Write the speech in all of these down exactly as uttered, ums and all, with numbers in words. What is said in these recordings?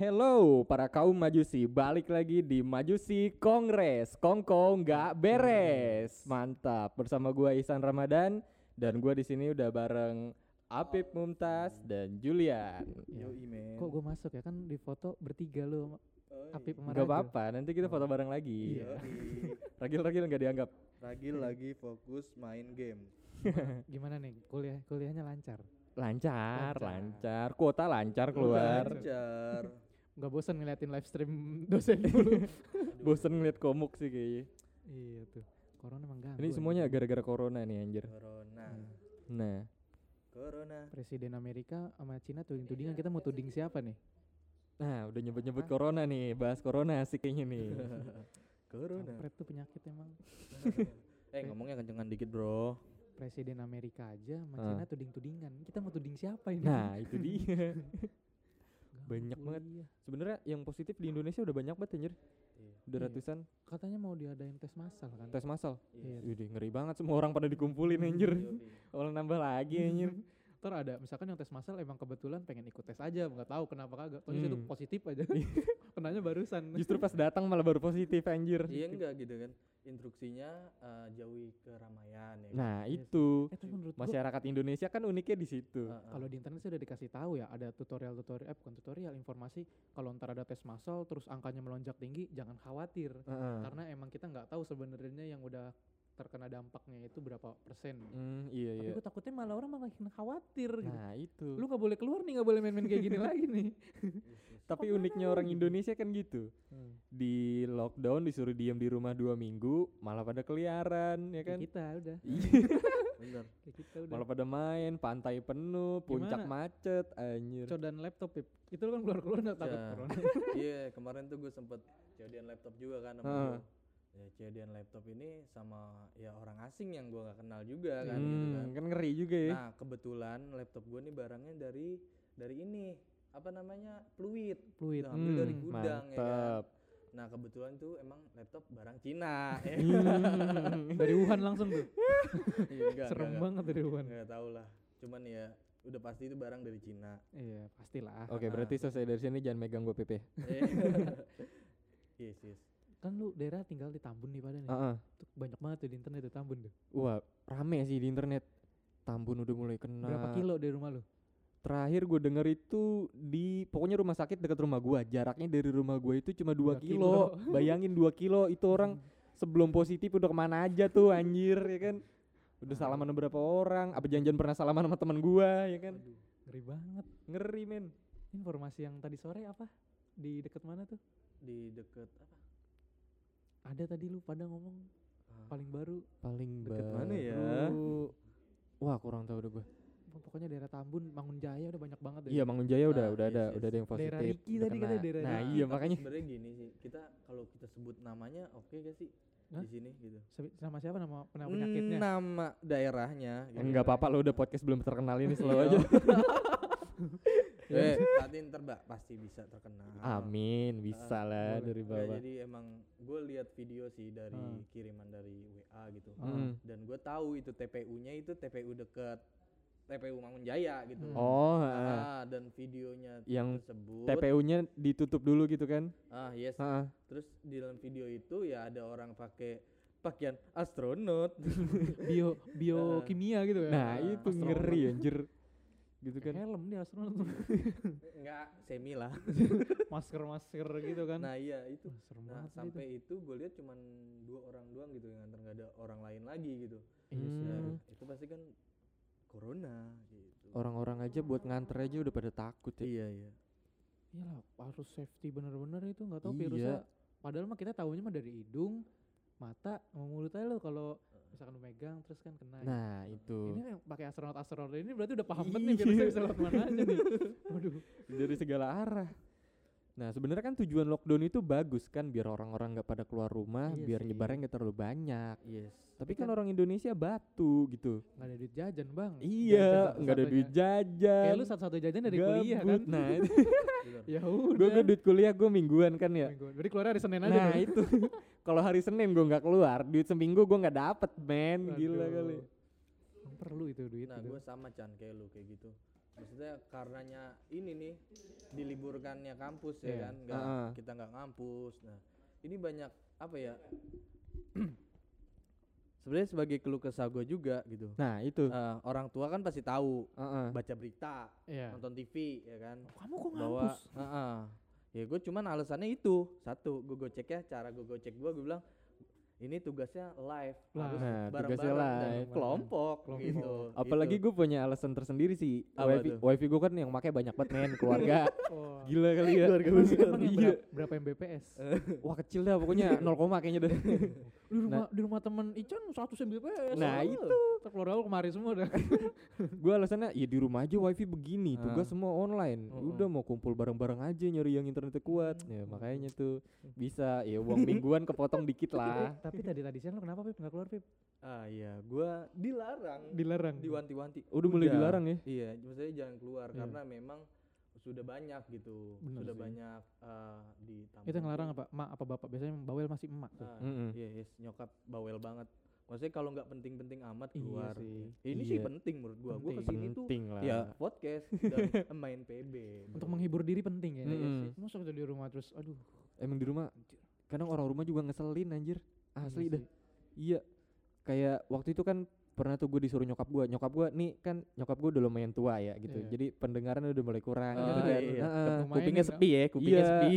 Hello para kaum Majusi, balik lagi di Majusi Kongres, Kongko nggak beres. Mantap, bersama gua Ihsan Ramadan dan gua di sini udah bareng Apip Mumtaz dan Julian. Yoi men. Kok gue masuk ya, kan di foto bertiga lo, Apip sama Gak Ragil. apa-apa, nanti kita foto bareng lagi. Yoi. Ragil-ragil nggak dianggap. Ragil lagi fokus main game. Gimana nih kuliah kuliahnya lancar? Lancar, Lancar. lancar, kuota lancar keluar. Lancar. Gak bosan ngeliatin live stream dosen dulu? Bosen ngeliat komuk sih kayaknya. Iya tuh, corona emang ganggu. Ini semuanya gara-gara corona nih anjir. Corona. Nah, Corona. Presiden Amerika sama Cina tuding-tudingan, kita mau tuding siapa nih? nah udah nyebut-nyebut corona nih, bahas corona sih kayaknya nih. Corona. Kampret tuh penyakit emang. Eh ngomongnya kencengan dikit bro. Presiden Amerika aja sama Ah. Cina tuding-tudingan. Kita mau tuding siapa ini? Nah itu dia. Ganggu banyak banget. kuliah. Sebenarnya yang positif di Indonesia udah banyak banget anjir. Iya. Udah Iya. ratusan Katanya mau diadain tes massal kan? tes massal. Iya. Widih ngeri banget, semua orang pada dikumpulin anjir. Orang nambah lagi anjir. Ntar ada misalkan yang tes massal emang kebetulan pengen ikut tes aja, nggak tahu kenapa kagak. Terus itu Hmm. positif aja. Kenanya barusan. Justru pas datang malah baru positif anjir. Iya enggak gitu kan. Instruksinya eh, jauhi keramaian ya. kan? Nah itu Eh, tapi menurut gua masyarakat Indonesia kan uniknya di situ. Ah, ah. kalau di internet sih udah dikasih tahu ya, ada tutorial-tutorial, eh bukan tutorial, informasi kalau ntar ada tes massal terus angkanya melonjak tinggi, jangan khawatir. Heeh. Karena emang kita nggak tahu sebenarnya yang udah terkena dampaknya itu berapa persen. Hmm, iya Tapi iya. gue takutnya malah orang malah makin khawatir gitu. Nah itu. Lu nggak boleh keluar nih, nggak boleh main-main kayak gini lagi nih. Tapi uniknya orang Indonesia kan gitu. Di lockdown disuruh diam di rumah dua minggu, malah pada keliaran ya Kayak kan. kita udah. Bener. Kayak kita udah. Malah pada main, pantai penuh, puncak Gimana? macet, anjir. Codan laptop, Pip. Itu lu kan keluar-keluar nggak takut Ya. corona. Iya kemarin tuh gue sempet C O D-an laptop juga kan sama Heeh. gua. Ya C O D-an laptop ini sama ya orang asing yang gue nggak kenal juga kan gitu Hmm, kan. kan ngeri juga ya. Nah kebetulan laptop gue nih barangnya dari dari ini apa namanya fluid. Fluid. Nah, ambil dari Hmm, gudang ya kan. mantap. Nah kebetulan tuh emang laptop barang Cina. ya. Hmm. Dari Wuhan langsung tuh. Iya, enggak, Serem enggak, banget dari Wuhan. Enggak tahu lah. Cuman ya udah pasti itu barang dari Cina. Iya, pastilah. Oke, berarti selesai dari sini jangan megang gue P P. Yes yes. Kan lu daerah tinggal di Tambun nih pada nih. Heeh. Tuh banyak banget tuh di internet tuh Tambun tuh. Wah, rame sih di internet. Tambun udah mulai kena. Berapa kilo dari rumah lu? Terakhir gue denger itu di pokoknya rumah sakit dekat rumah gua. Jaraknya dari rumah gua itu cuma dua Dua kilo. Bayangin dua kilo itu orang sebelum positif udah kemana aja tuh anjir ya kan. Udah salaman sama berapa orang, apa janjian pernah salaman sama teman gua ya kan. Aduh, ngeri banget. Ngeri men. Informasi yang tadi sore apa? Di deket mana tuh? Di deket apa? Ada tadi lu pada ngomong paling baru. Paling Deket baru. mana ya? Wah, kurang tahu deh gua. Pokoknya daerah Tambun, Mangun Jaya udah banyak banget deh. Iya, Mangunjaya udah Nah, udah yes, ada yes. udah ada yang positif. Daerah Riki udah tadi kena. katanya daerah Nah, Riki. iya Tapi makanya. sebenarnya gini sih, kita kalau kita sebut namanya oke gak sih Hah? di sini gitu? Sebi- Sama siapa nama nama penyakitnya? Nama daerahnya. Gitu. Enggak apa-apa lo udah podcast belum terkenal ini slow aja. Eh, nanti ntar Mbak pasti bisa terkenal. Amin, bisa lah boleh. dari Ya, bawah. jadi emang gue lihat video sih dari Hmm. kiriman dari W A gitu. Hmm. Dan gue tahu itu T P U-nya itu T P U deket T P U Mangunjaya gitu. Hmm. Oh, heeh. Ah, dan videonya Yang tersebut T P U-nya ditutup dulu gitu kan? ah yes. Heeh. Terus di dalam video itu ya ada orang pakai pakaian astronot. Bio biokimia gitu ya. Nah, Ah, itu astronot. ngeri anjir. Gitu Kayak kan. helm dia astronot. Enggak, semi lah. Masker-masker gitu kan. Nah, iya itu. Wah, serem Nah, banget sih sampai itu gue lihat cuman dua orang doang gitu yang nganter, nggak ada orang lain lagi gitu. Iya sih. Ya, Hmm. itu pasti kan corona gitu. Orang-orang aja buat nganter aja udah pada takut ya. Iya, iya. Iyalah, harus safety bener-bener itu, nggak tahu Iya. virusnya. Padahal mah kita tahunya mah dari hidung, mata, sama mulut aja lo kalau misalkan lu megang terus kan kena. gitu. Nah, itu. Ini yang pakai astronot-astronot ini berarti udah paham Iya. banget nih virusnya bisa lewat mana aja nih. Waduh. Dari segala arah. Nah, sebenarnya kan tujuan lockdown itu bagus kan biar orang-orang nggak pada keluar rumah, Iya biar sih. nyebarnya nggak terlalu banyak. Yes. Tapi Tapi kan kan- orang Indonesia batu gitu. Nggak ada duit jajan bang. Iya, nggak ada duit jajan. Kayak lu satu-satu jajan dari kuliah kan. Gabut. Nah, Bener. Ya gue udah. gue duit kuliah gue mingguan kan ya. Mingguan. Berarti keluar hari Senin aja. Nah dong. itu kalau hari Senin gue nggak keluar, duit seminggu gue nggak dapet men, gila Aduh. kali. Emang perlu itu duit Nah, itu. gue sama Chan kayak lu kayak gitu. maksudnya karenanya ini nih diliburkannya kampus ya Iya. kan, nggak Heeh. kita nggak ngampus. Nah ini banyak apa ya? Sebenarnya sebagai keluh kesah gue juga gitu. Nah itu. Eh, orang tua kan pasti tahu, Heeh. baca berita, Iya. nonton T V ya kan. Kamu kok Bahwa ngampus? heeh. Ya gue cuman alasannya itu satu, gue gocek ya, cara gue gocek gue gue bilang ini tugasnya live, harus Nah, tugasnya bareng-bareng dan live. kelompok, Kelompok. gitu. Apalagi gitu. gue punya alasan tersendiri sih. Apa Wifi, tuh? wifi gue kan yang pakai banyak banget men, keluarga. Wah. Gila kali ya. Keluarga Emang, besar. emang yang Iya. berapa, berapa M B P S? Wah kecil dah pokoknya nol koma kayaknya dah. Di rumah di rumah temen Ican seratus M B P S. Nah, Oh. itu. Terkeluar aku kemari semua dah. Gue alasannya ya di rumah aja wifi begini, tugas Ah. semua online. Mm-mm. Udah mau kumpul bareng-bareng aja nyari yang internetnya kuat. Ya makanya tuh bisa ya uang mingguan kepotong dikit lah. Tapi tadi tadi siang lo kenapa Pip nggak keluar Pip? Ah iya, gue dilarang, Dilarang. diwanti-wanti. Udah mulai dilarang ya? Iya, maksudnya jangan keluar Iya. karena memang sudah banyak gitu, Bener sudah sih. banyak eh, di tamu. Itu yang ngelarang apa? Mak apa bapak? Biasanya bawel masih emak tuh. Ah, Mm-mm. iya, yes, nyokap bawel banget. Maksudnya kalau nggak penting-penting amat Iya keluar. sih. Ini sih Iya. penting menurut gua. Gua Penting. kesini tuh Penting lah. ya podcast dan main P B. Untuk menghibur diri penting ya. Mm-mm. Masa kita di rumah terus aduh. Emang di rumah kadang orang rumah juga ngeselin anjir. Asli Iya dah. sih. Iya. Kayak waktu itu kan pernah tuh gue disuruh nyokap gue. Nyokap gue nih kan nyokap gue udah lumayan tua ya gitu. Iya. Jadi pendengaran udah mulai kurang Oh, gitu kan. iya. Heeh. Lumayan Kupingnya nih, sepi ya, kupingnya Iya. sepi.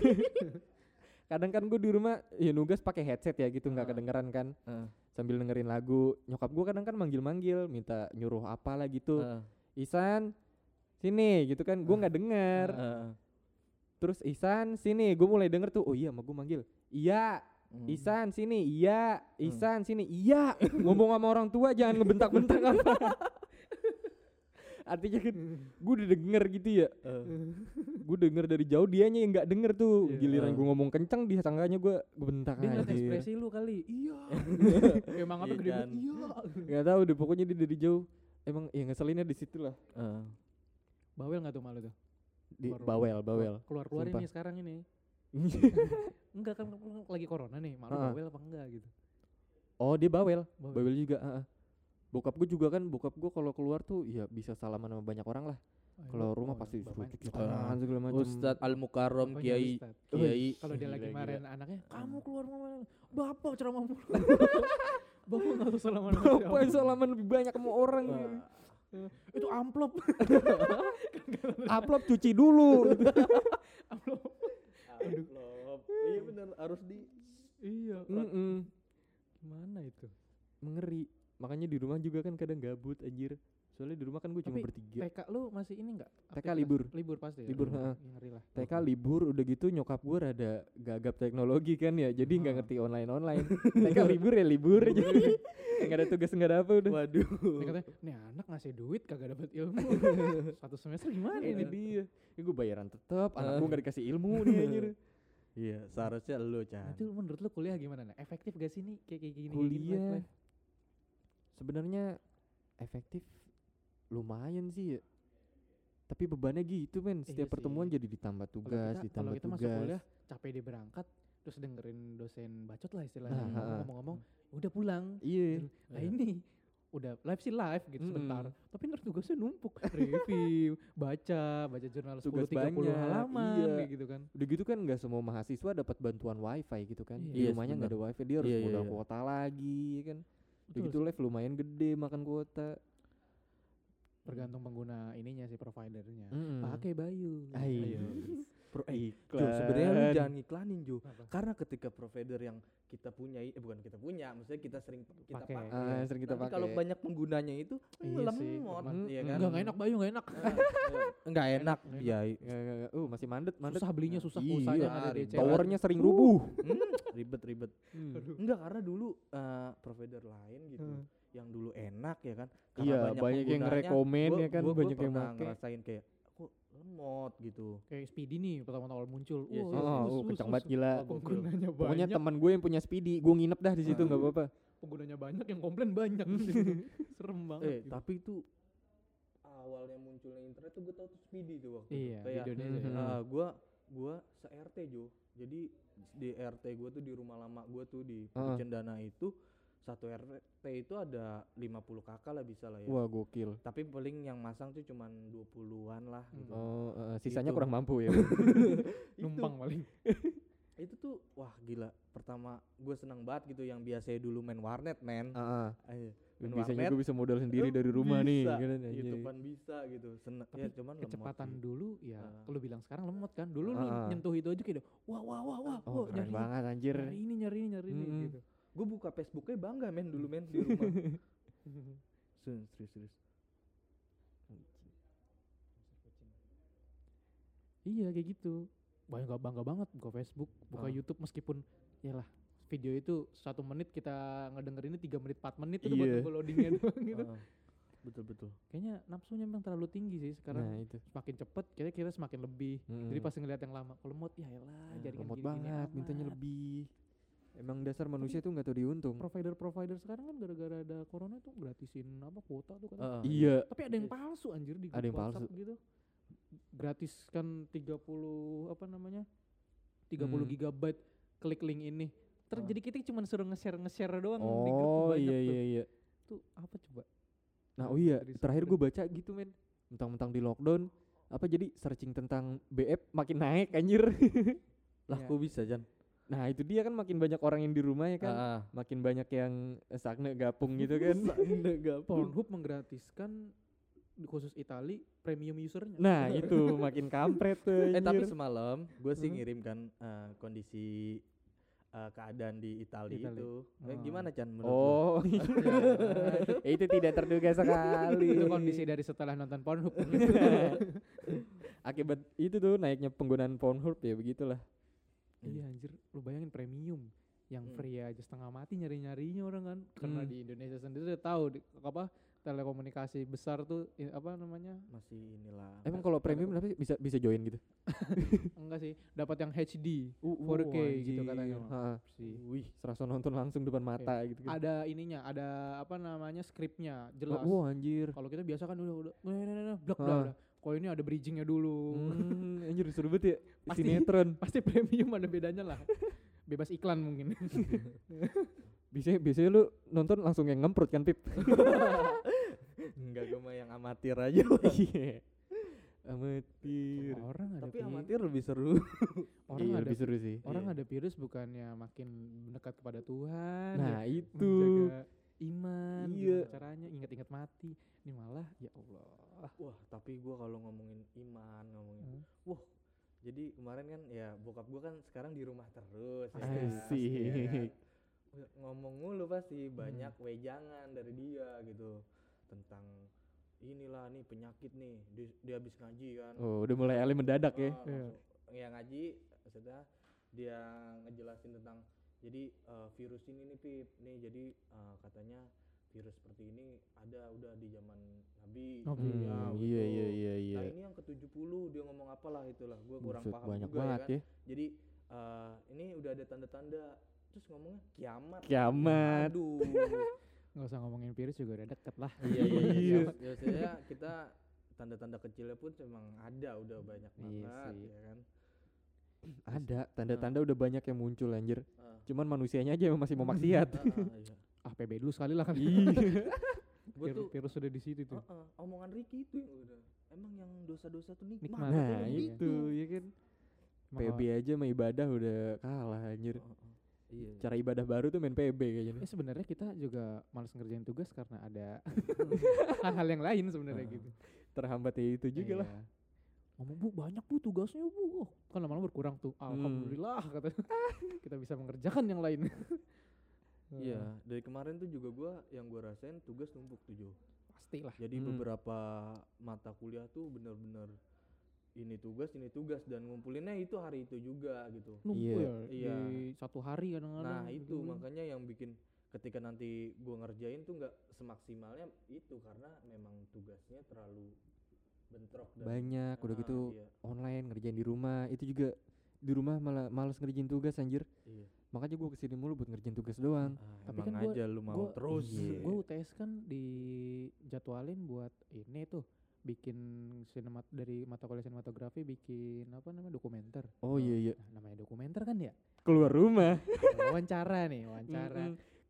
Kadang kan gue di rumah ya nugas pakai headset ya gitu nggak Ah. kedengeran kan. Heeh. Sambil dengerin lagu. Nyokap gue kadang kan manggil-manggil minta nyuruh apalah gitu. Heeh. Ihsan sini gitu kan. Gue nggak denger. Heeh. Terus Ihsan sini. Gue mulai denger tuh. Oh iya sama gue manggil. Iya. Hmm. Ihsan sini, iya. Ihsan sini, iya. Ngomong sama orang tua jangan ngebentak-bentak apa. Artinya kan gue udah denger gitu ya. Eh, Gue denger dari jauh, dianya yang nggak denger tuh. Iya. Giliran gue ngomong kenceng, dia sangganya gue bentak Dia ngeliat aja. ekspresi lu kali. Iya. Emang apa Iya gede kan. banget? Iya. Gak tahu deh, pokoknya dia dari jauh. Emang ya ngeselinnya di situ lah. heeh. Bawel nggak tuh malu tuh? Di Keluar- bawel, bawel. Keluar keluar Sumpah. ini sekarang ini. Enggak kan lagi corona nih. Malu Ah. bawel apa enggak gitu? Oh dia bawel, Bawel. bawel juga. heeh. Bokap gue juga kan, bokap gue kalau keluar tuh ya bisa salaman sama banyak orang lah. Kalau rumah pasti suruh cuci tangan segala macam. Ustadz Al Mukarrom Bapaknya Kiai Ustadz. Kiai Kalau dia lagi Gila, marahin anaknya, kamu keluar rumah, bapak ceramah mulu. Bapak nggak usah salaman sama Bapak siapa. yang salaman lebih banyak sama orang. Wah. Itu amplop. Upload cuci dulu. Amplop. Amplop. Iya benar, harus di Iya. Mm-mm. Gimana itu? Mengeri. Makanya di rumah juga kan kadang gabut anjir. Soalnya di rumah kan gue cuma Tapi bertiga. T K lu masih ini enggak? T K libur. Libur pasti ya. Libur, Aduh, heeh. ngeri lah. T K libur udah gitu nyokap gue rada gagap teknologi kan ya. Jadi nggak Ah. ngerti online-online. T K libur ya libur aja. Nggak ada tugas nggak ada apa udah. waduh. Dia katanya, nih anak ngasih duit kagak dapat ilmu. Satu semester gimana Ini ini? dia. Ini gue bayaran tetap. Anak Ah. gue nggak dikasih ilmu nih anjir. Iya, seharusnya lu Chan. Itu menurut lu kuliah gimana? Nah, efektif gak sih nih kayak kayak gini? Kuliah sebenarnya efektif lumayan sih ya. Tapi bebannya gitu men, Iya setiap pertemuan sih. jadi ditambah Kalau tugas, kita, kalau ditambah kita masuk tugas. kuliah capek dia berangkat terus dengerin dosen bacot lah istilahnya Nah, ngomong- ha-ha. ngomong-ngomong udah pulang. Iya. Nah ini udah live sih live gitu Mm-mm. sebentar, tapi ntar tugasnya numpuk review, baca, baca jurnal Tugas sepuluh tiga puluh banyak, halaman iya. kayak gitu kan. Udah gitu kan nggak semua mahasiswa dapat bantuan wifi gitu kan. Iya. Di Yes, rumahnya nggak ada bener. wifi, dia harus Iya, iya, modal iya. kuota lagi kan. Udah Betul gitu live lumayan gede makan kuota. Tergantung pengguna ininya sih, providernya. Mm-mm. Pakai Bayu. Ayo. Ayo. Pro, eh, Iklan. Jo, sebenarnya lu jangan ngiklanin Jo. Apa? Karena ketika provider yang kita punya, eh bukan kita punya, maksudnya kita sering kita Pakai. pakai. Ah, sering kita Nanti pakai. kalau banyak penggunanya itu Iya sih, lemot, lemot. iya Mm, kan? Enggak, enggak enak Bayu, enggak enak. Enggak enak. Enak. Ya, Nggak, nggak, nggak. Uh masih mandet, mandet. Susah belinya, susah Iya, pulsanya nggak ada D C. Towernya sering rubuh. hmm, ribet-ribet. Hmm. Enggak, karena dulu eh, provider lain gitu. Hmm. Yang dulu enak ya kan. Iya, banyak yang penggunanya, ngerekomen gua- ya kan, gua- gua banyak yang pernah make. ngerasain kayak kok lemot gitu. Kayak Speedy nih pertama-tama muncul. Yes, Wah, yes, Oh, yes. oh, kencang banget gila. Penggunanya Pokoknya banyak, teman gue yang punya Speedy, gue nginep dah di situ nggak apa-apa. penggunanya banyak yang komplain banyak. Serem banget. Eh, gitu. tapi itu awalnya munculnya internet tuh gue tau tuh Speedy tuh waktu Iya, itu. di Kayak Indonesia. Mhm. ya. eh, gua gua se R T Jo. Jadi di R T gue tuh di rumah lama gue tuh di Heeh. Cendana itu satu R T itu ada lima puluh kakak lah bisa lah ya. Wah gokil. Tapi paling yang masang tuh cuman dua puluhan lah gitu. Oh, uh, sisanya Gitu. kurang mampu ya. Numpang paling. Itu tuh wah gila. Pertama gue seneng banget gitu yang biasanya dulu main warnet men. Heeh. Ayo, main Biasanya warnet, gue bisa modal sendiri eh, dari rumah nih. bisa, Gitu, gitu anjay. kan bisa gitu. Seneng Tapi ya cuman lemot kecepatan sih. dulu ya Ah. lu bilang sekarang lemot kan. Dulu lu Ah. nyentuh itu aja kayak wah wah wah wah Oh wah, keren nyari, banget anjir. nyari ini nyari ini nyari ini Mm-mm. gitu. Gue buka Facebooknya bangga men dulu men di rumah. Serius serius serius. Iya kayak gitu. Bangga bangga banget buka Facebook, buka Ah. YouTube meskipun ya lah video itu satu menit kita ngedengerinnya tiga menit empat menit itu Iya. buat nunggu loadingnya doang gitu. Ah, betul betul. Kayaknya nafsunya memang terlalu tinggi sih sekarang. Nah itu. Semakin cepet kira-kira semakin lebih. Mm-mm. Jadi pas ngeliat yang lama, kalau lemot ya elah Ah, jaringan Lemot gini-gini banget, amat. mintanya lebih. Emang dasar manusia tuh nggak tahu diuntung. Provider-provider sekarang kan gara-gara ada corona tuh gratisin apa kuota tuh kan. Ah, Iya. Tapi ada yang palsu anjir di Ada grup yang WhatsApp gitu. Gratis kan tiga puluh apa namanya? tiga puluh Hmm. gigabyte klik link ini. Terus Ah. jadi kita cuma suruh nge-share nge-share doang di grup tuh Oh banyak iya tuh. iya iya. Tuh apa coba? Nah oh iya, Dari terakhir situ. gue baca gitu men. Mentang-mentang di lockdown, apa jadi searching tentang B F makin naik anjir. Lah Iya. kok bisa Jan? Nah itu dia kan makin banyak orang yang di rumah ya kan. Ah, Makin banyak yang eh, sagne gapung gitu kan. Pornhub menggratiskan di khusus Itali premium usernya. Nah itu makin kampret tuh. Eh tapi anjir. semalam gue sih Hmm. ngirim kan eh, kondisi eh, keadaan di Italia Itali. itu. Eh, Oh. gimana Chan menurut lu? Oh, Ya, itu tidak terduga sekali. itu kondisi dari setelah nonton Pornhub. Akibat itu tuh naiknya penggunaan Pornhub ya begitulah. Iya anjir, lu bayangin premium yang Hmm. free aja setengah mati nyari-nyarinya orang kan. Karena Hmm. di Indonesia sendiri udah tahu di, apa telekomunikasi besar tuh i- apa namanya? Masih inilah. Emang kalau premium tapi bisa bisa join gitu. Enggak sih, dapat yang H D Uh, four K gitu katanya. mah. Heeh. Sih. Wih, serasa nonton langsung depan mata gitu kan. Ada ininya, ada apa namanya skripnya jelas. Wah, anjir. Kalau kita biasa kan udah udah nah, nah, nah, nah, blok Ah. dah udah. Kalau ini ada bridgingnya dulu. Hmm, anjir seru banget ya. Pasti. Sinetron. Pasti premium ada bedanya lah. Bebas iklan mungkin. Biasanya biasanya lu nonton langsung yang ngemprut kan, Pip. Enggak, gue mah yang amatir aja. Iya. Amatir. Orang ada Tapi pi- amatir lebih seru. orang Iya, ada lebih seru sih. orang Iya. ada virus bukannya makin mendekat kepada Tuhan. Nah, ya, itu. menjaga iman, Iya. gimana caranya ingat-ingat mati. Ini malah ya Allah. Wah, tapi gue kalau ngomongin iman, ngomongin Hmm. wah. Jadi kemarin kan ya bokap gue kan sekarang di rumah terus ya. Asik. Ya kan? Ngomong mulu pasti banyak wejangan dari dia gitu tentang inilah nih penyakit nih dia, dia habis ngaji kan. Oh, udah mulai alih mendadak ya. Oh, Iya. langsung- ya ngaji maksudnya dia ngejelasin tentang jadi eh, virus ini nih Pip nih jadi eh, katanya virus seperti ini ada udah di zaman Nabi. Nabi. Ya, Hmm, gitu. iya iya iya iya. Nah ini yang ke tujuh puluh dia ngomong apalah itulah gue kurang Buset, paham banyak juga banget ya kan. ya. Jadi eh, ini udah ada tanda-tanda terus ngomongnya kiamat. Kiamat. Aduh. Nggak usah ngomongin virus juga udah deket lah. iya iya iya. Iya. Ya, saya kita tanda-tanda kecilnya pun memang ada udah banyak Iya banget sih. ya kan. Ada tanda-tanda udah banyak yang muncul anjir. Ah. Cuman manusianya aja yang masih mau maksiat. Ah, ah, iya. Ah P B dulu sekali lah kan. Iya. Gue Virus, tuh virus sudah di situ tuh. ah, ah, omongan Ricky itu yang udah emang yang dosa-dosa tuh nikmat. Nikmat. Nah, katanya itu gitu. ya kan. Emang P B kalau- aja sama ibadah udah kalah anjir. Ah, ah. Iya. Cara ibadah baru tuh main P B kayaknya. Eh sebenarnya kita juga malas ngerjain tugas karena ada hal-hal yang lain sebenarnya Ah, gitu. Terhambat ya itu juga lah. Iya. Ngomong bu banyak bu tugasnya bu, oh, kan lama-lama berkurang tuh. Hmm. Alhamdulillah kata kita bisa mengerjakan yang lain. Iya, dari kemarin tuh juga gua yang gua rasain tugas numpuk tuh Jo. Pastilah. Jadi Hmm. beberapa mata kuliah tuh bener-bener ini tugas, ini tugas dan ngumpulinnya itu hari itu juga gitu. Numpuk Iya. ya Iya. di satu hari kadang-kadang. Nah itu gitu. makanya yang bikin ketika nanti gua ngerjain tuh nggak semaksimalnya itu karena memang tugasnya terlalu bentrok dan Banyak udah Ah, gitu iya, online ngerjain di rumah. Itu juga di rumah malah males ngerjain tugas anjir. iya. Makanya gua kesini mulu buat ngerjain tugas doang. Ah, Tapi emang kan gua- aja lu mau gua- terus. Iya. Gue U T S kan dijadwalin buat ini tuh bikin sinemat dari mata kuliah sinematografi bikin apa namanya dokumenter. Oh iya iya. Nah, namanya dokumenter kan ya Keluar rumah. wawancara nih wawancara. Mm-mm.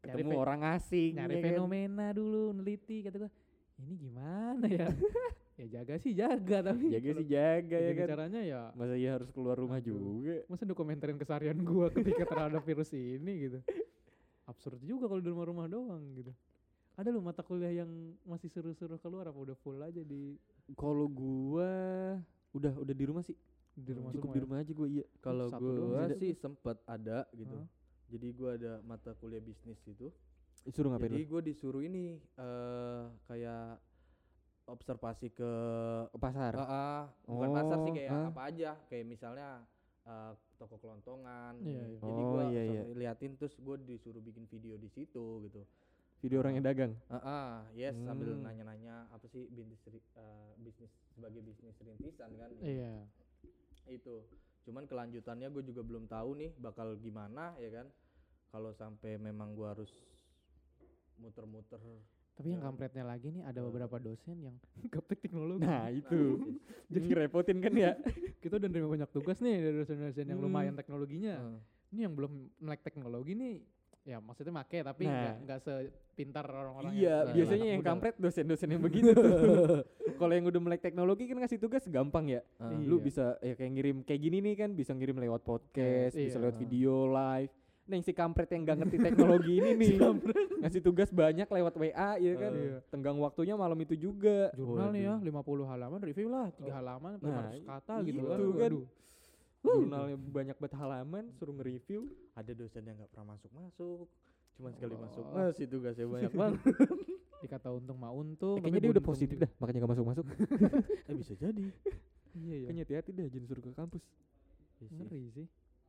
ketemu fe- orang asing nyari ya kan? fenomena dulu, neliti kata gua. Ini gimana ya? Ya jaga sih jaga tapi Jaga kalau sih jaga ya gini kan. caranya ya Masa iya harus keluar rumah Aduh. juga. masa dokumentarin keseharian gua ketika terhadap virus ini gitu. Absurd juga kalau di rumah-rumah doang gitu. Ada loh mata kuliah yang masih seru-seru keluar apa udah full aja di Kalau gua udah udah di rumah sih. di rumah Cukup semua di ya? rumah aja gua iya. Kalau Satu doang gua ada. sih sempet ada gitu. Hah? Jadi gua ada mata kuliah bisnis itu. Suruh ngapain Jadi lu? gua disuruh ini eh kayak observasi ke Ke pasar. Ah, ah, bukan pasar sih Oh, kayak ah. apa aja, kayak misalnya eh, toko kelontongan. Iya, gitu. iya. Jadi Oh, gua iya, iya. sampai liatin terus gua disuruh bikin video di situ gitu. Video orang yang dagang. Ah, ah, yes, sambil Hmm. nanya-nanya apa sih bisnis ri- eh, bisnis sebagai bisnis rintisan kan. Iya. Itu. Cuman kelanjutannya gue juga belum tahu nih bakal gimana ya kan. Kalau sampai memang gua harus muter-muter. Tapi yang Ya. kampretnya lagi nih ada Eh. beberapa dosen yang gaptek teknologi. Nah, itu. Nah, Jadi ngerepotin kan ya. Kita udah nerima banyak tugas nih dari dosen-dosen yang Hmm. lumayan teknologinya. ah. Ini yang belum melek teknologi nih, ya maksudnya make tapi Nah. nggak nggak sepintar orang-orang. Iya, yang- biasanya anak yang muda. kampret dosen-dosen yang begitu tuh. Kalau yang udah melek teknologi kan ngasih tugas gampang ya. Ah. Lu Iya. bisa ya kayak ngirim kayak gini nih kan bisa ngirim lewat podcast, Iya. bisa lewat video live. Nah, yang si kampret yang gak ngerti teknologi ini nih ngasih tugas banyak lewat W A ya kan. Iya. Tenggang waktunya malam itu juga. Jurnal nih ya, Waduh. lima puluh halaman review lah, tiga halaman, Nah, lima ratus kata gitu itu kan. kan. Waduh. Jurnalnya banyak banget halaman, suruh nge-review. Ada dosen yang nggak pernah masuk-masuk, cuman sekali Allah. masuk masih tugasnya banyak banget. Dikata untung mah untung. Eh, tapi kayaknya dia udah buntung positif juga. dah, makanya gak masuk-masuk. Eh bisa jadi. Iya ya. Kayaknya hati-hati dah jangan suruh ke kampus. Ngeri sih.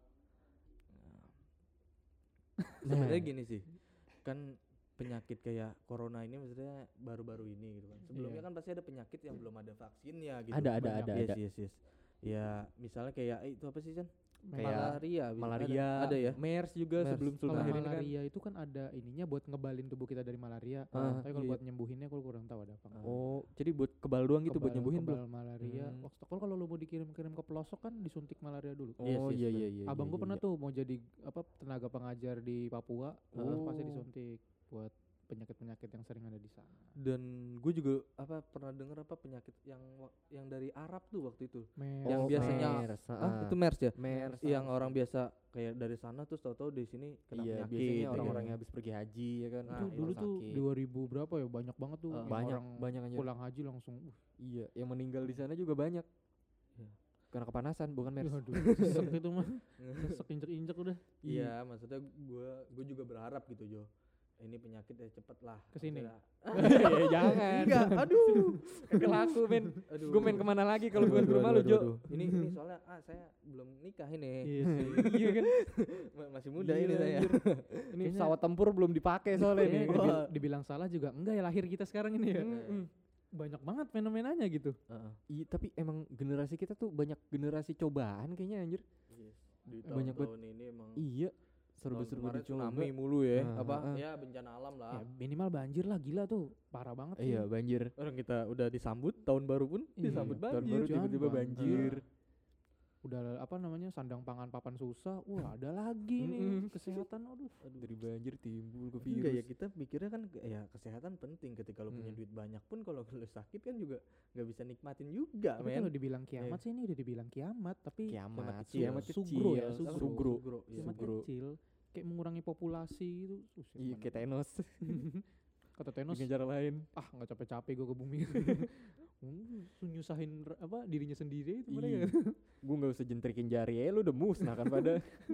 Sebenarnya gini sih, kan penyakit kayak corona ini maksudnya baru-baru ini gitu kan. Sebelumnya Iya. kan pasti ada penyakit yang belum ada vaksinnya gitu. Ada ada Banyak. ada yes, ada. yes, yes. Ya misalnya kayak eh, itu apa sih Chan? Kayak malaria, bisa- Malaria, ada, ada ya. MERS juga MERS. sebelum sebelum Kalau akhirnya kan. malaria itu kan ada ininya buat ngebalin tubuh kita dari malaria. Ah, Tapi kalau iya. buat nyembuhinnya aku kurang tahu ada apa enggak. Oh, jadi buat kebal doang gitu buat Kebal- nyembuhin kebal belum? malaria. Hmm. Waktu kalau lu mau dikirim-kirim ke pelosok kan disuntik malaria dulu. Oh Yes, yes, iya bener. iya iya. Abang iya, gua iya, pernah iya. tuh mau jadi apa tenaga pengajar di Papua, terus pasti Oh. disuntik buat penyakit-penyakit yang sering ada di sana. Dan gue juga apa pernah dengar apa penyakit yang wa- yang dari Arab tuh waktu itu. MERS. Yang Oh, biasanya MERS, ah, ah. itu MERS ya. MERS. Yang orang biasa kayak dari sana terus tahu-tahu di sini kena Iya, penyakit. biasanya ya orang-orang kan. yang habis pergi haji ya kan. Nah, Itu itu dulu tuh sakit. dua ribu berapa ya, banyak banget tuh Ah, yang banyak, orang banyak anjir. pulang haji langsung uh, Iya, yang meninggal di sana juga banyak. Iya. Karena kepanasan bukan MERS. aduh, sesek itu mah. Sesek injek-injek udah. Iya, maksudnya gua gue juga berharap gitu Jo. Ini penyakit ya cepet lah. Kesini. Maksudnya- Ya jangan. Enggak, aduh. Kagak laku men. Aduh. Gue main kemana lagi kalau bukan ke Aduh, rumah aduh, lu Jo. aduh, aduh. Ini ini soalnya ah saya belum nikah ini. Iya sih. Iya kan. Ma- Masih muda Gila, ini saya. anjir. Ini Kayaknya- pesawat tempur belum dipakai soalnya nih. Kayaknya dibil- dibilang salah juga enggak ya, lahir kita sekarang ini ya. Mm-mm. Banyak banget fenomenanya gitu. Heeh. Iya, tapi emang generasi kita tuh banyak generasi cobaan kayaknya anjir. Yes. Di Banyak tahun-tahun ini emang Iya. tahun Serba-serba kemarin dicoba. tsunami mulu ya. Ah, apa? ah, ah. Ya bencana alam lah. Ya minimal banjir lah, gila tuh. Parah banget sih. Iya, banjir. Orang kita udah disambut tahun baru pun Iya, disambut Tahun banjir. baru Jangan tiba-tiba banjir. Udah apa namanya, sandang pangan papan susah. Wah, ada lagi nih Mm-mm. kesehatan. Aduh. Dari banjir timbul ke Tapi enggak ya, virus. kita mikirnya kan ke- ya kesehatan penting, ketika lo punya Hmm. duit banyak pun kalau lo sakit kan juga nggak bisa nikmatin juga Tapi men. kalau dibilang kiamat Iya. sih ini udah dibilang kiamat, tapi Kiamat, kecil. kiamat kecil. Sugro ya, Apa? sugro. Sugro. Sugro, iya. kiamat Sugro. kecil. Kayak mengurangi populasi gitu. Uset, Iya, mana- kayak Thanos. Kata Thanos, Dengan cara lain. ah nggak capek-capek gue ke bumi. Hmm, nyusahin r- apa dirinya sendiri itu Iya. mereka. Gue nggak usah jentrikin jari ya, lu udah musnah kan pada.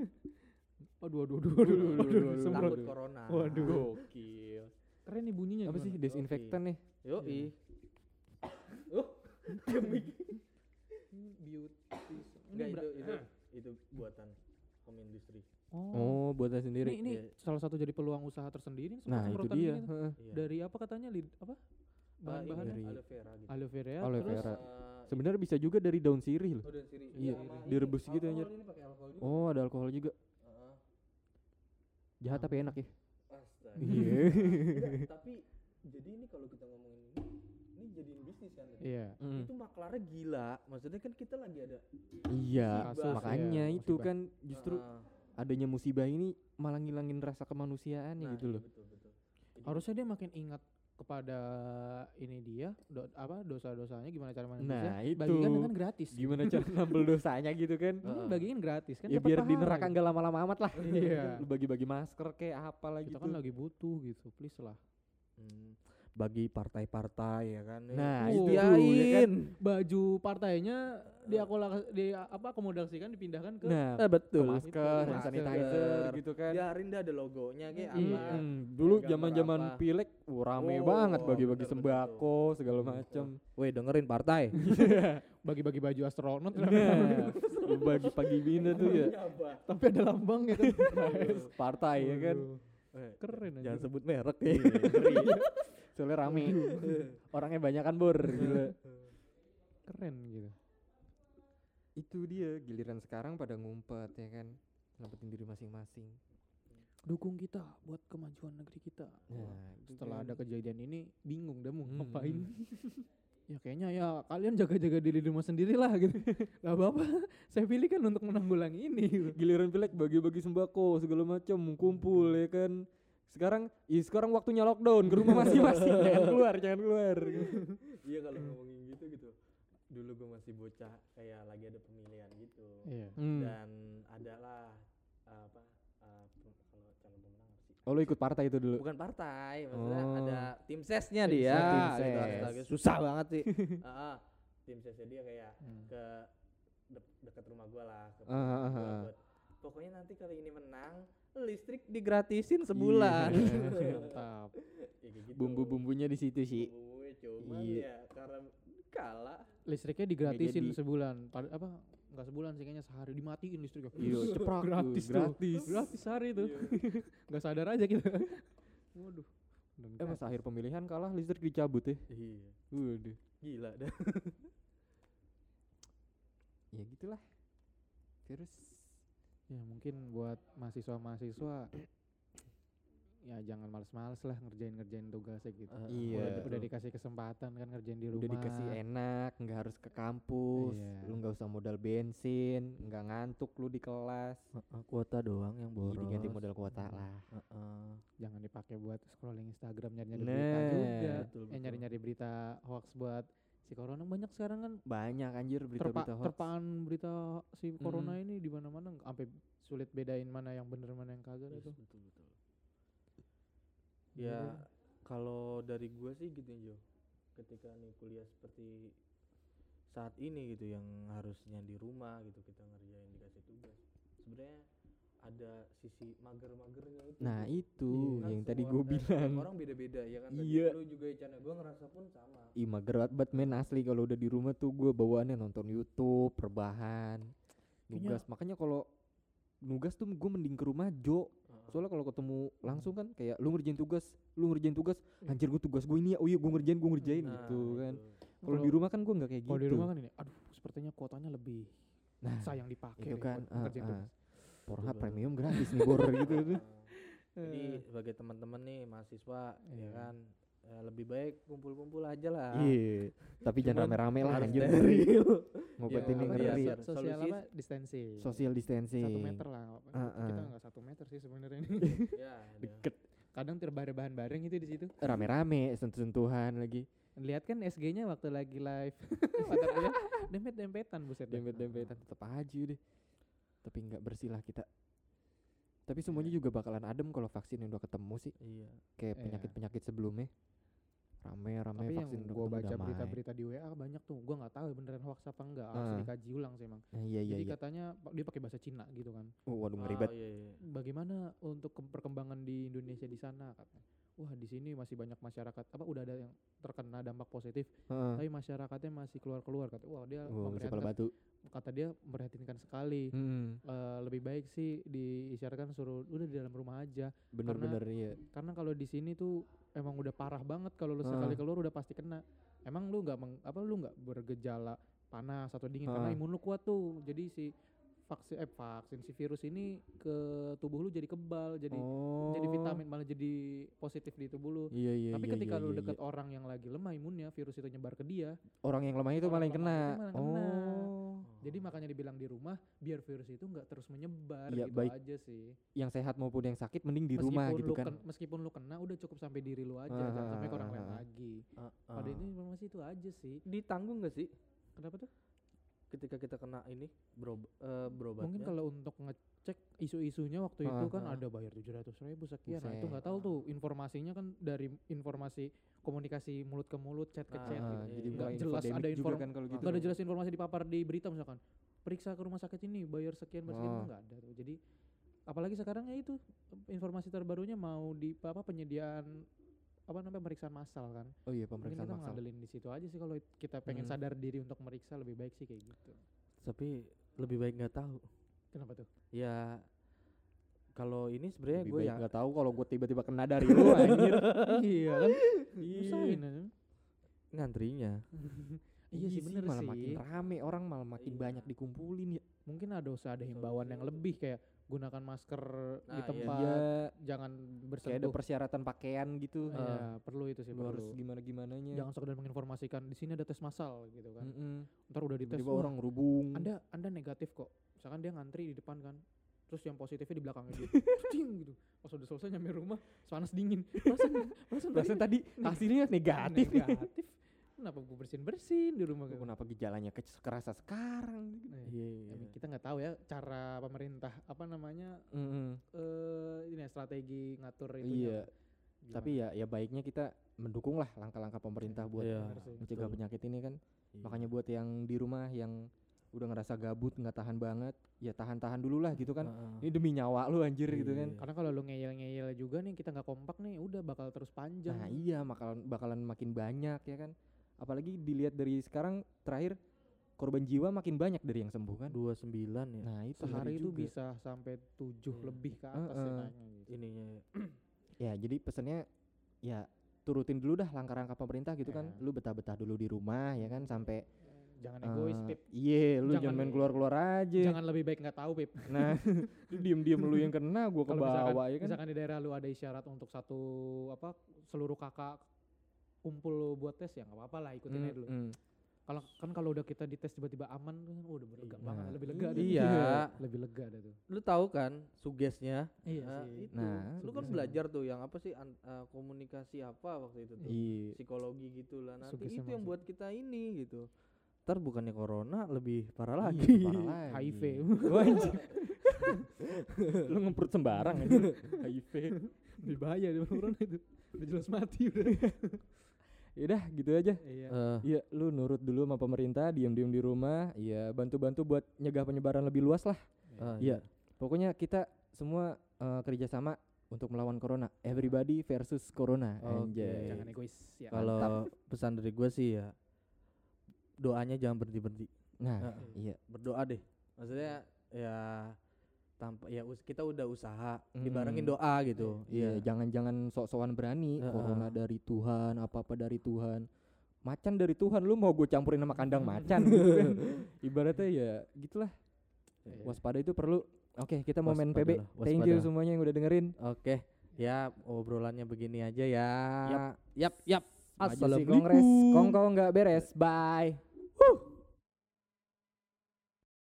Aduh aduh aduh aduh aduh, aduh, aduh, semprot. Takut corona. Waduh. Gokil. Keren nih bunyinya. Apa sih gimana? desinfektan nih? Yo Iya. Oh, demi. Beauty. Enggak itu itu itu buatan home industry. Oh. Oh, buatan sendiri. Ini, ini Iya. salah satu jadi peluang usaha tersendiri. Nah, itu semprot-semprotan dia. gini tuh. Heeh. Iya. Dari apa katanya? Lid, apa? Ah, ini Bahan-bahannya? dari- aloe vera gitu. Aloe vera. Aloe terus vera. Eh, Sebenarnya bisa juga dari daun sirih loh. oh, dan siri. Iya, sama ini direbus gitu, alkohol, anjir. Ini pakai alkohol juga. Oh, ada alkohol juga. Heeh. Jahat tapi enak ya. Astaga. Iya. Enggak, tapi jadi ini kalau kita ngomongin ini, ini jadiin bisnis kan. tadi. Iya. Mm. Itu maklarnya gila. Maksudnya kan kita lagi ada Iya, Kasus, makanya ya, itu musibah. kan justru ah, adanya musibah ini malah ngilangin rasa kemanusiaannya Nah, gitu iya, loh. betul betul. Jadi, Harusnya dia makin ingat kepada ini dia do, apa dosa-dosanya gimana cara Nah, menebusnya. itu. Bagikan dengan gratis. Gimana cara ngambil dosanya gitu kan? Ini bagiin gratis kan Ya dapat biar di pahala neraka gitu. nggak lama-lama amat lah. Iya. Lu bagi-bagi masker kayak apa lagi Kita gitu. kan lagi butuh gitu, please lah. hmm, bagi partai-partai ya kan. Nah, itu itu tuh, ya ya kan. Baju partainya diakola di apa akomodasikan dipindahkan ke Nah, Eh, betul. masker, Itu, hand masker. sanitizer gitu kan. Biarin dah ada logonya kayak Iya. apa. Hmm, dulu Gambar zaman-zaman apa. pilek wah, rame Oh, banget wah, bagi-bagi bener, bener sembako segala macam. Weh, dengerin partai. bagi-bagi baju astronot. Nah, bagi pagi bina tuh ya Tapi ada lambangnya kan. partai ya kan. Waduh, Eh, Keren aja. Jangan sebut merek ya. Iya, ngeri. Soalnya rame. Orangnya banyak kan bor gila. Keren gitu. Itu dia giliran sekarang pada ngumpet ya kan. Ngumpetin diri masing-masing. Dukung kita buat kemajuan negeri kita. Nah, itu Setelah kan. ada kejadian ini bingung dah mau Hmm. ngapain. Ya kayaknya ya kalian jaga-jaga diri di rumah sendiri lah gitu. Gak apa-apa. Saya pilih kan untuk menanggulangi ini gitu. Giliran pilek bagi-bagi sembako segala macam kumpul ya kan. Sekarang, ih sekarang waktunya lockdown ke rumah masing-masing. Jangan keluar, jangan keluar. Iya kalau ngomongin gitu gitu. Dulu gue masih bocah kayak lagi ada pemilihan gitu. Iya. Hmm. Dan adalah uh, apa uh, pem- kalau calon pemenang apa sih? Oh lu ikut partai itu dulu? Bukan partai, maksudnya Oh. ada tim sesnya Tim dia. ses, tim gitu, ses. astaga, susah banget sih. Heeh. Tim sesnya dia kayak Hmm. ke de- dekat rumah gua lah, ke Ah, ah, rumah gua ah. buat pokoknya nanti kalau ini menang listrik digratisin sebulan. Iya. Mantap. Ya, kayak gitu. Bumbu-bumbunya di situ sih. Bumbunya cuman Iya. ya karena kalah. Listriknya digratisin jadi. sebulan. Pad- apa enggak sebulan sih kayaknya sehari dimatiin listriknya. Iya, ceprak tuh, gratis tuh. gratis. Gratis sehari tuh. Iya. Enggak sadar aja kita. Waduh. Dan Eh pas akhir pemilihan kalah listrik dicabut ya. Iya. Waduh. Gila dah. Ya gitulah. Terus ya mungkin buat mahasiswa-mahasiswa ya jangan males-males lah ngerjain-ngerjain tugasnya gitu. Uh, Iya. Udah, betul. udah dikasih kesempatan kan ngerjain di rumah. udah dikasih enak, nggak harus ke kampus, Iya. lu nggak usah modal bensin, nggak ngantuk lu di kelas. Heeh, kuota doang yang Jadi boros. ganti modal kuota lah. Heeh. Jangan dipakai buat scrolling Instagram nyari-nyari Nah, berita juga. betul, Eh betul. nyari-nyari berita hoax buat si corona banyak sekarang kan Banyak anjir terpa berita-berita hoax. terpaan berita si corona Mm. ini di mana-mana sampai sulit bedain mana yang bener mana yang kagak Yes, itu. betul betul. Ya kalau dari gua sih gitu Jo. Ketika nih kuliah seperti saat ini gitu yang harusnya di rumah gitu kita ngerjain dikasih tugas. Sebenarnya ada sisi mager-magernya itu. Nah Jo. itu Kan yang semua tadi gue orang- eh, bilang. semua orang beda-beda ya kan. Tadi Iya. Lu juga Ican, gua ngerasa pun sama. Ih mager banget Batman asli kalau udah di rumah tuh gue bawaannya nonton YouTube, rebahan, nugas. Makanya kalau nugas tuh gue mending ke rumah Jo. Heeh. Soalnya kalau ketemu langsung kan kayak lu ngerjain tugas, lu ngerjain tugas, anjir gue tugas gue ini ya, oh iya gue ngerjain, gue ngerjain Nah, gitu kan. itu. Kalau di rumah kan gue nggak kayak gitu. Kalau di rumah kan ini, aduh sepertinya kuotanya lebih Nah, sayang dipakai itu nih kan, buat ah, ngerjain ah. tugas. Pornhub Betul premium gratis nih bor gitu tuh. Nah, jadi sebagai teman-teman nih mahasiswa ya Iya. kan eh, lebih baik kumpul-kumpul aja lah. Iya, tapi jangan Cuman rame-rame lah harus anjir. steril. Ngobat Ya, ini apa ngeri. ya, So- biar sosial solusi- apa distancing. Social distancing. Satu meter lah. nggak apa- Ah, Kita ah. nggak satu meter sih sebenarnya ini. Ya, dia. Deket. Kadang terbahan bareng itu di situ. Rame-rame, sentuh-sentuhan lagi. Lihat kan S G-nya waktu lagi live. Mata kuliah dempet-dempetan buset. dah. Dempet-dempetan tetap aja deh. Tapi nggak bersih lah kita. Tapi semuanya juga bakalan adem kalau vaksin yang udah ketemu sih. Iya. Kayak Iya. penyakit-penyakit sebelumnya. Rame-rame Tapi yang vaksin udah gue ketemu baca damai. berita-berita di W A banyak tuh. Gue nggak tahu ya beneran hoax apa enggak. Harus Ah. dikaji ulang sih emang. Nah, iya iya Jadi iya. katanya pa- dia pakai bahasa Cina gitu kan. Oh, waduh ngeri Oh, banget. iya, iya. Bagaimana untuk ke- perkembangan di Indonesia di sana katanya. Wah di sini masih banyak masyarakat apa udah ada yang terkena dampak positif, Heeh. tapi masyarakatnya masih keluar-keluar kata. Wah dia Wah, mesti kepala memprihatinkan- batu. kata dia memperhatikan sekali. Hmm, Eh, lebih baik sih diisyaratkan suruh udah di dalam rumah aja. bener-bener iya. Karena kalau di sini tuh emang udah parah banget kalau lu Ah. sekali keluar udah pasti kena. Emang lu nggak meng- apa lu nggak bergejala panas atau dingin karena Ah. imun lu kuat tuh. Jadi si vaksin eh vaksin si virus ini ke tubuh lu jadi kebal, jadi oh. jadi vitamin malah jadi positif di tubuh lu. Iya iya Tapi iya, ketika iya, lu iya, dekat iya. orang yang lagi lemah imunnya, virus itu nyebar ke dia. Orang yang lemah itu orang malah yang lemah kena. itu malah kena. Oh. Jadi makanya dibilang di rumah biar virus itu nggak terus menyebar Iya, gitu baik. aja sih. Yang sehat maupun yang sakit mending di rumah Meskipun gitu lu kan. ken- meskipun lu kena udah cukup sampai diri lu aja, Ah, jangan sampai ke ah, orang ah, lain ah. lagi. Ah, Pada ah. ini informasi itu aja sih. ditanggung nggak sih Kenapa tuh? ketika kita kena ini bro uh, berobatnya? Mungkin kalau untuk ngecek isu-isunya waktu Ah, itu kan ah. ada bayar tujuh ratus ribu sekian. Nah, itu Buset. nggak tahu tuh informasinya kan dari informasi komunikasi mulut ke mulut, chat ke Nah, chat Ah, gitu. iya, jadi iya. Nggak mulai jelas infodemic ada juga inform- kan kalau gitu. Nggak ada jelas informasi dipapar di berita misalkan. Periksa ke rumah sakit ini bayar sekian bayar sekian Oh. nggak ada tuh. Jadi apalagi sekarang ya itu informasi terbarunya mau di apa penyediaan apa namanya pemeriksaan massal kan. Oh iya, Mungkin pemeriksaan kita massal. ngandelin di situ aja sih kalau kita pengen Hmm. sadar diri untuk meriksa lebih baik sih kayak gitu. Tapi lebih baik nggak tahu. Kenapa tuh? Ya kalau ini sebenarnya Lebih gue baik ya nggak tahu kalau gue tiba-tiba kena dari lu anjir. Iya kan? Iya. Usahain aja. ngantrinya. Iya sih bener malah sih. makin rame, orang malah makin Iya. banyak dikumpulin ya. Mungkin ada usah ada himbauan yang Solusi. lebih kayak gunakan masker di Nah, iya. tempat, Iya, jangan kayak ada bersentuh. persyaratan pakaian gitu. Iya, perlu itu sih Lu harus perlu. gimana-gimananya. Jangan sekedar menginformasikan di sini ada tes massal gitu kan. Mm-mm. Ntar udah dites Tiba-tiba wah, orang rubung. Anda Anda negatif kok. Misalkan dia ngantri di depan kan. Terus yang positifnya di belakangnya dia. Ting gitu. Pas udah selesai nyampe rumah, panas dingin. Perasaan perasaan tadi Perasaan tadi hasilnya negatif. negatif. Kenapa gue bersin-bersin di rumah Kok gitu. Kenapa gejalanya ke- kerasa sekarang? Nah, Iya. ya, kita nggak tahu ya cara pemerintah apa namanya Mm-mm. eh ini ya, strategi ngatur itu. Iya. Tapi ya ya baiknya kita mendukung lah langkah-langkah pemerintah buat Iya, mencegah betul. penyakit ini kan. Iya. Makanya buat yang di rumah yang udah ngerasa gabut nggak tahan banget, ya tahan-tahan dulu lah gitu kan. Heeh. Ini demi nyawa lu anjir gitu kan. Iya. karena kalau lu ngeyel-ngeyel juga nih kita nggak kompak nih udah bakal terus panjang. Nah iya bakalan bakalan makin banyak ya kan. Apalagi dilihat dari sekarang terakhir korban jiwa makin banyak dari yang sembuh kan. dua puluh sembilan ya Nah itu Sehari ngeri itu juga. bisa sampai tujuh Iya. lebih ke atas ya Heeh. naiknya gitu. ininya ya. Ya jadi pesannya ya turutin dulu dah langkah-langkah pemerintah gitu kan. Ya. Lu betah-betah dulu di rumah ya kan sampai Jangan egois, eh, Pip. Iya, lu Jangan- jangan main keluar-keluar aja. Jangan lebih baik nggak tahu, Pip. Nah, lu diem-diem lu yang kena, gua ke Kalau misalkan, bawah ya kan. misalkan di daerah lu ada isyarat untuk satu apa seluruh kakak kumpul lu buat tes ya nggak apa-apa lah ikutin aja dulu. Mm, mm. Kalau kan kalau udah kita dites tiba-tiba aman kan oh, udah lega Nah, banget, lebih lega deh. iya. lebih lega deh tuh. Lu tahu kan sugesnya? Iya Nah, sih. itu. Nah, Lu kan sugesnya. belajar tuh yang apa sih an- eh, komunikasi apa waktu itu tuh? Iya. Psikologi gitu lah. Nanti Sugesnya itu yang masuk. buat kita ini gitu. Ntar bukannya corona lebih parah Iya, lagi. parah lagi. H I V. Wah, anjir. Lu ngemprut sembarang aja. H I V. Lebih bahaya daripada corona itu. Udah jelas mati udah. Yaudah gitu aja. Iya. Eh, Iya, lu nurut dulu sama pemerintah, diam-diam di rumah. Iya, bantu-bantu buat nyegah penyebaran lebih luas lah. ah, Iya. Pokoknya kita semua eh, kerjasama untuk melawan corona. Everybody versus corona. Oke. Anjay. Jangan egois ya. Kalau Mantap. pesan dari gue sih ya doanya jangan berhenti berhenti. Nah, Heeh. iya. Berdoa deh. Maksudnya ya tanpa ya us- kita udah usaha Mm. dibarengin doa gitu. Iya, jangan-jangan sok-sokan berani. Heeh. Corona dari Tuhan, apa-apa dari Tuhan. Macan dari Tuhan, lu mau gue campurin sama kandang macan gitu kan. Ibaratnya ya gitulah. Iya. Waspada itu perlu. Oke, kita mau main P B. Waspadalah, Thank you waspada. semuanya yang udah dengerin. Oke. Ya obrolannya begini aja ya. Yap. Yap, yap. Maju si Assalamualaikum. Kongres, Kongko nggak beres. Bye.